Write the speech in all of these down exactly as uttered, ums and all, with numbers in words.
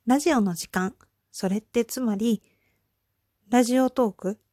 ラジオの時間、それってつまり、ラジオトーク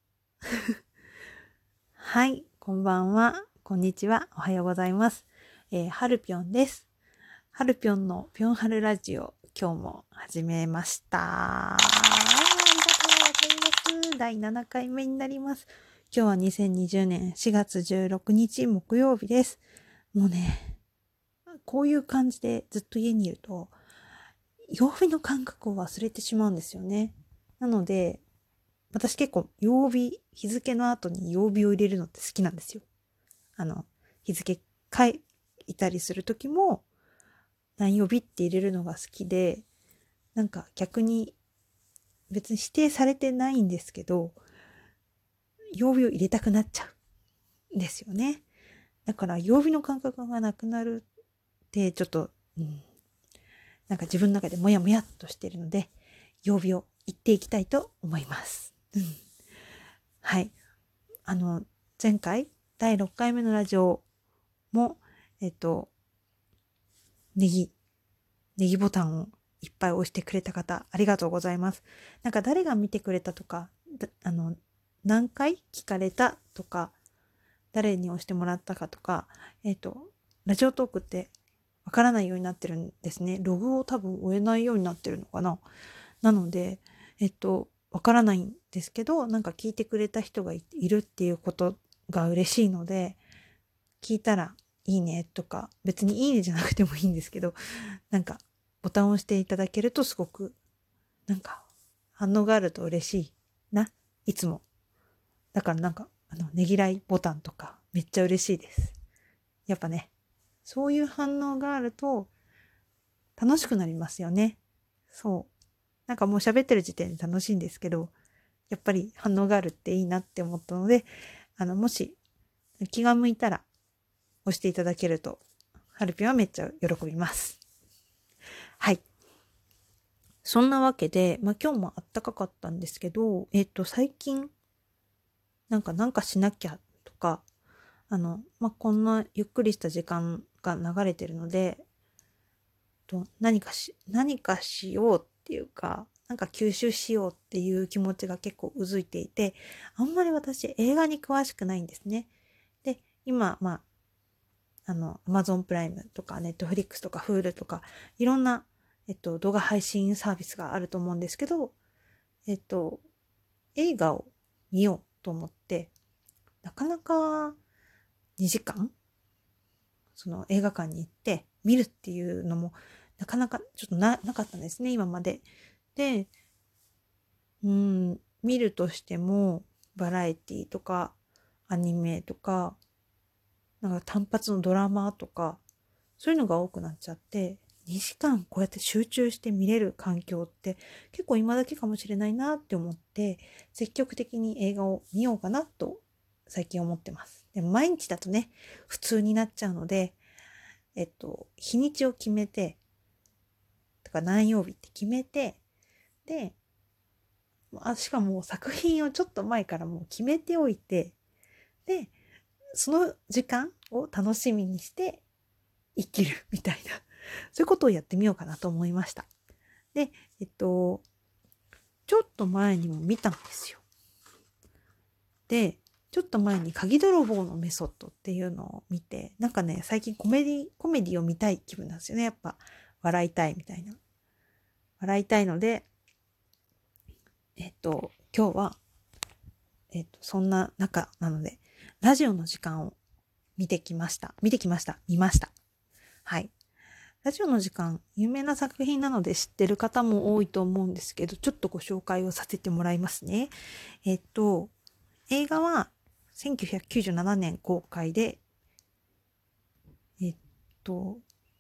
はい、こんばんは、こんにちは、おはようございます。えー、はるぴょんです。はるぴょんのぴょんはるラジオ、今日も始めました。ありがとうございます。だいななかいめになります。今日はにせんにじゅうねんしがつじゅうろくにち木曜日です。もうね、こういう感じでずっと家にいると、曜日の感覚を忘れてしまうんですよね。なので、私結構曜日、日付の後に曜日を入れるのって好きなんですよ。あの、日付書いたりするときも何曜日って入れるのが好きで、なんか逆に別に指定されてないんですけど、曜日を入れたくなっちゃうんですよね。だから曜日の感覚がなくなるってちょっと、うん、なんか自分の中でモヤモヤっとしているので、曜日を言っていきたいと思います。うんはい。あの、前回、だいろっかいめのラジオも、えっと、ネギ、ネギボタンをいっぱい押してくれた方、ありがとうございます。なんか誰が見てくれたとか、あの、何回聞かれたとか、誰に押してもらったかとか、えっと、ラジオトークってわからないようになってるんですね。ログを多分追えないようになってるのかな。なので、えっと、わからないんですけど、なんか聞いてくれた人がいるっていうことが嬉しいので、聞いたらいいねとか、別にいいねじゃなくてもいいんですけど、なんかボタンを押していただけるとすごく、なんか反応があると嬉しいな、いつも。だからなんか、あの、ねぎらいボタンとかめっちゃ嬉しいです。やっぱね、そういう反応があると楽しくなりますよね。そう。なんかもう喋ってる時点で楽しいんですけど、やっぱり反応があるっていいなって思ったので、あの、もし気が向いたら押していただけると、はるぴょんはめっちゃ喜びます。はい。そんなわけで、まあ、今日もあったかかったんですけど、えっと、最近、なんかなんかしなきゃとか、あの、まあ、こんなゆっくりした時間が流れてるので、と何かし、何かしようっていうか、なんか吸収しようっていう気持ちが結構うずいていて、あんまり私映画に詳しくないんですね。で、今、まあ、あの、Amazon プライムとか Netflix とか Hulu とか、いろんな、えっと、動画配信サービスがあると思うんですけど、えっと、映画を見ようと思って、なかなかにじかんその映画館に行って見るっていうのも、なかなかちょっとな、なかったんですね、今まで。で、うん、見るとしても、バラエティとか、アニメとか、なんか単発のドラマとか、そういうのが多くなっちゃって、にじかんこうやって集中して見れる環境って結構今だけかもしれないなって思って、積極的に映画を見ようかなと最近思ってます。でも毎日だとね、普通になっちゃうので、えっと、日にちを決めて、とか何曜日って決めて、で、あしかも作品をちょっと前からもう決めておいて、で、その時間を楽しみにして生きるみたいな、そういうことをやってみようかなと思いました。で、えっと、ちょっと前にも見たんですよ。で、ちょっと前に鍵泥棒のメソッドっていうのを見て、なんかね、最近コメディ、コメディを見たい気分なんですよね。やっぱ、笑いたいみたいな。笑いたいので、えっと、今日は、えっと、そんな中なので、ラジオの時間を見てきました。見てきました。見ました。はい。ラジオの時間、有名な作品なので知ってる方も多いと思うんですけど、ちょっとご紹介をさせてもらいますね。えっと、映画はせんきゅうひゃくきゅうじゅうななねん公開で、えっと、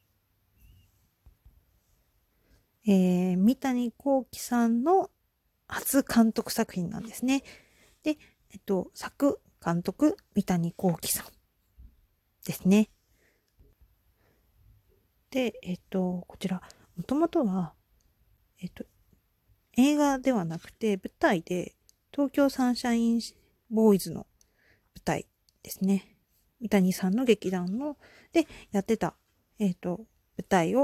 えー、三谷幸喜さんの初監督作品なんですね。で、えっと、作監督、三谷幸喜さんですね。で、えっと、こちら、もともとは、えっと、映画ではなくて舞台で、東京サンシャインボーイズの舞台ですね。三谷さんの劇団の、で、やってた、えっと、舞台を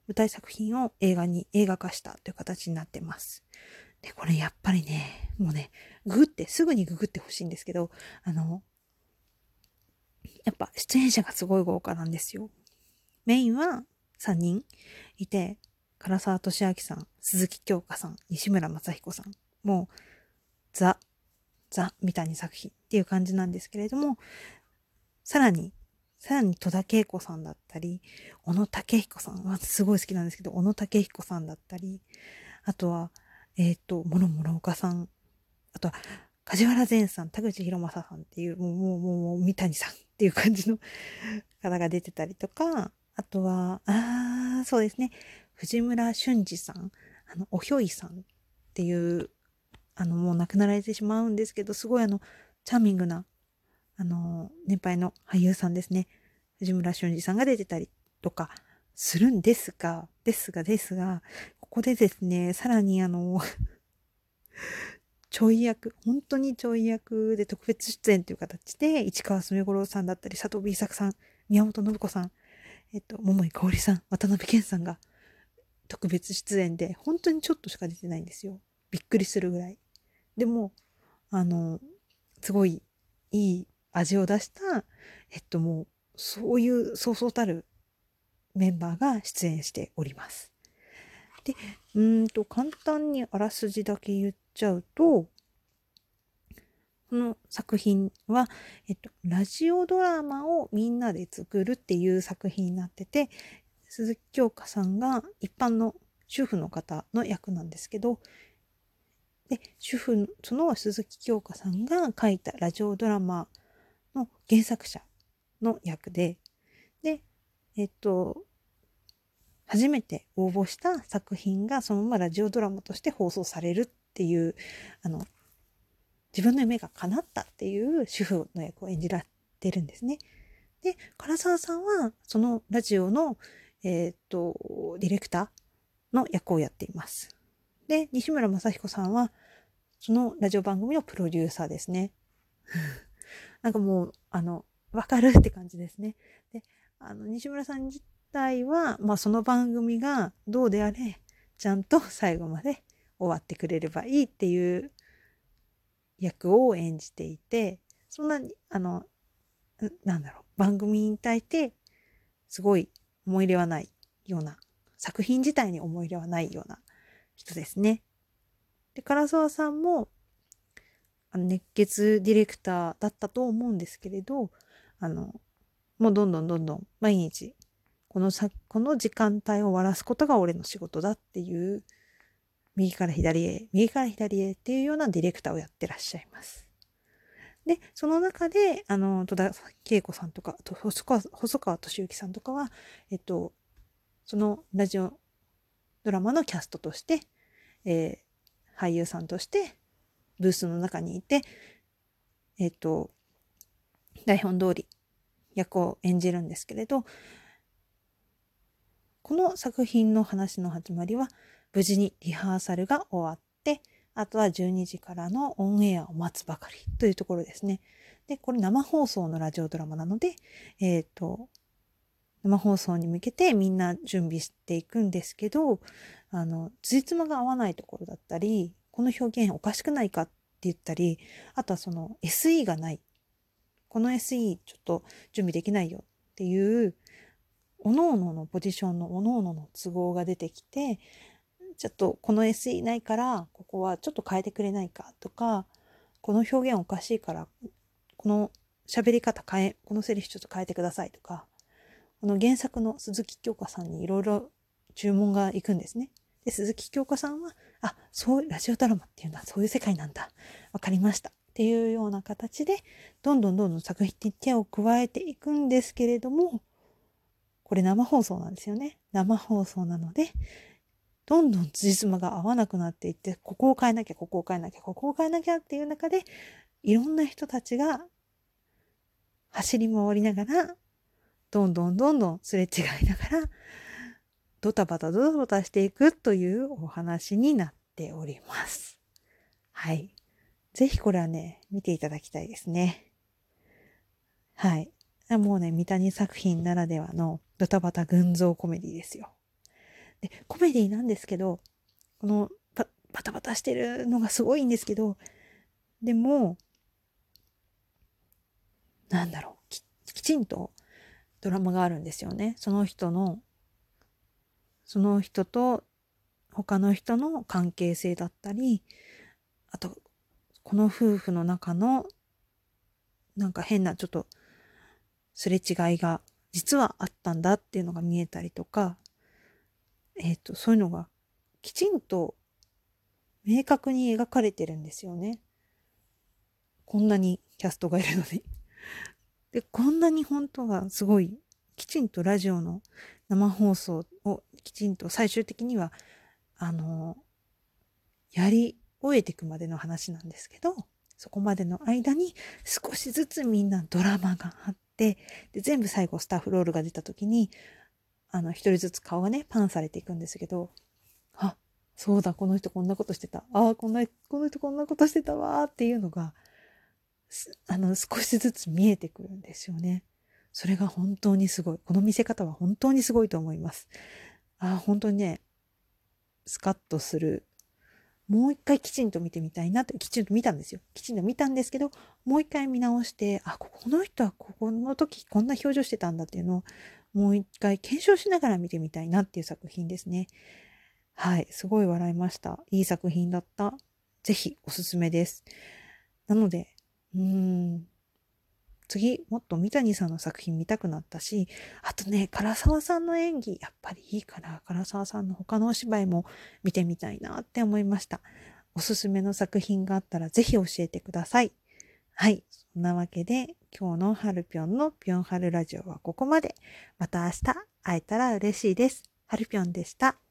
舞台作品を映画に映画化したという形になってます。で、これやっぱりね、もうね、ググって、すぐにググってほしいんですけど、あの、やっぱ出演者がすごい豪華なんですよ。メインはさんにんいて、唐沢寿明さん、鈴木京香さん、西村雅彦さん、もうザ、ザ、三谷作品っていう感じなんですけれども、さらに、さらに戸田恵子さんだったり、小野武彦さんはすごい好きなんですけど、小野武彦さんだったり、あとは、えっと、諸諸岡さん、あとは、梶原善さん、田口博正さんっていう、もう、もう、もう、もう三谷さんっていう感じの方が出てたりとか、あとは、あー、そうですね、藤村俊二さん、あの、おひょいさんっていう、あの、もう亡くなられてしまうんですけど、すごいあの、チャーミングな、あの、年配の俳優さんですね。藤村俊二さんが出てたりとかするんですが、ですが、ですが、ここでですね、さらにあの、ちょい役、本当にちょい役で特別出演という形で、市川染五郎さんだったり、佐藤 B 作さん、宮本信子さん、えっと、桃井かおりさん、渡辺謙さんが特別出演で、本当にちょっとしか出てないんですよ。びっくりするぐらい。でも、あの、すごいいい味を出した、えっともう、そういうそうそうたるメンバーが出演しております。で、うーんと、簡単にあらすじだけ言っちゃうと、この作品は、えっと、ラジオドラマをみんなで作るっていう作品になってて、鈴木京香さんが一般の主婦の方の役なんですけど、で、主婦、その鈴木京香さんが書いたラジオドラマの原作者の役で、で、えっと、初めて応募した作品がそのままラジオドラマとして放送されるっていう、あの、自分の夢が叶ったっていう主婦の役を演じられてるんですね。で、唐沢さんはそのラジオの、えっと、ディレクターの役をやっています。で、西村雅彦さんはそのラジオ番組のプロデューサーですね。なんかもう、あの、わかるって感じですね。で、あの、西村さん自体は、まあその番組がどうであれ、ちゃんと最後まで終わってくれればいいっていう役を演じていて、そんなに、あの、なんだろう、番組に対して、すごい思い入れはないような、作品自体に思い入れはないような人ですね。で、唐沢さんも、あの熱血ディレクターだったと思うんですけれど、あの、もうどんどんどんどん毎日、このさ、この時間帯を終わらすことが俺の仕事だっていう、右から左へ、右から左へっていうようなディレクターをやってらっしゃいます。で、その中で、あの、戸田恵子さんとか、と細川、細川俊之さんとかは、えっと、そのラジオドラマのキャストとして、えー、俳優さんとしてブースの中にいて、えっと、台本通り役を演じるんですけれど、この作品の話の始まりは、無事にリハーサルが終わって、あとはじゅうにじからのオンエアを待つばかりというところですね。で、これ生放送のラジオドラマなので、えっと、生放送に向けてみんな準備していくんですけど、あの、つじつまが合わないところだったり、この表現おかしくないかって言ったり、あとはその エスイー がない。この エスイー ちょっと準備できないよっていう、各々のポジションの各々の都合が出てきて、ちょっとこの エスイー ないからここはちょっと変えてくれないかとか、この表現おかしいからこの喋り方変え、このセリフちょっと変えてくださいとか、この原作の鈴木京香さんにいろいろ注文が行くんですね。で、鈴木京香さんは、あ、そう、ラジオドラマっていうのはそういう世界なんだ。わかりました。っていうような形で、どんどんどんどん作品に手を加えていくんですけれども、これ生放送なんですよね。生放送なので、どんどん辻褄が合わなくなっていって、ここを変えなきゃ、ここを変えなきゃ、ここを変えなきゃっていう中で、いろんな人たちが走り回りながら、どんどんどんどんすれ違いながら、ドタバタドタバタしていくというお話になっております。はい。ぜひこれはね、見ていただきたいですね。はい。もうね、三谷作品ならではのドタバタ群像コメディですよ。 で、コメディなんですけど、このパバタバタしてるのがすごいんですけど、でも、なんだろう、き、きちんとドラマがあるんですよね。その人の、その人と他の人の関係性だったり、あと、この夫婦の中の、なんか変なちょっとすれ違いが実はあったんだっていうのが見えたりとか、えっと、そういうのがきちんと明確に描かれてるんですよね。こんなにキャストがいるのに。で、こんなに本当はすごい、きちんとラジオの生放送をきちんと最終的には、あの、やり終えていくまでの話なんですけど、そこまでの間に少しずつみんなドラマがあって、で、全部最後スタッフロールが出た時に、あの、一人ずつ顔がね、パンされていくんですけど、あ、そうだ、この人こんなことしてた。ああ、こんな、この人こんなことしてたわーっていうのが、あの、少しずつ見えてくるんですよね。それが本当にすごい。この見せ方は本当にすごいと思います。ああ、本当にね、スカッとする。もう一回きちんと見てみたいなって、きちんと見たんですよ。きちんと見たんですけど、もう一回見直して、あ、この人はここの時こんな表情してたんだっていうのを、もう一回検証しながら見てみたいなっていう作品ですね。はい、すごい笑いました。いい作品だった。ぜひおすすめです。なので、うーん、次、もっと三谷さんの作品見たくなったし、あとね、唐沢さんの演技、やっぱりいいから、唐沢さんの他のお芝居も見てみたいなって思いました。おすすめの作品があったらぜひ教えてください。はい。そんなわけで、今日のハルピョンのピョンハルラジオはここまで。また明日会えたら嬉しいです。ハルピョンでした。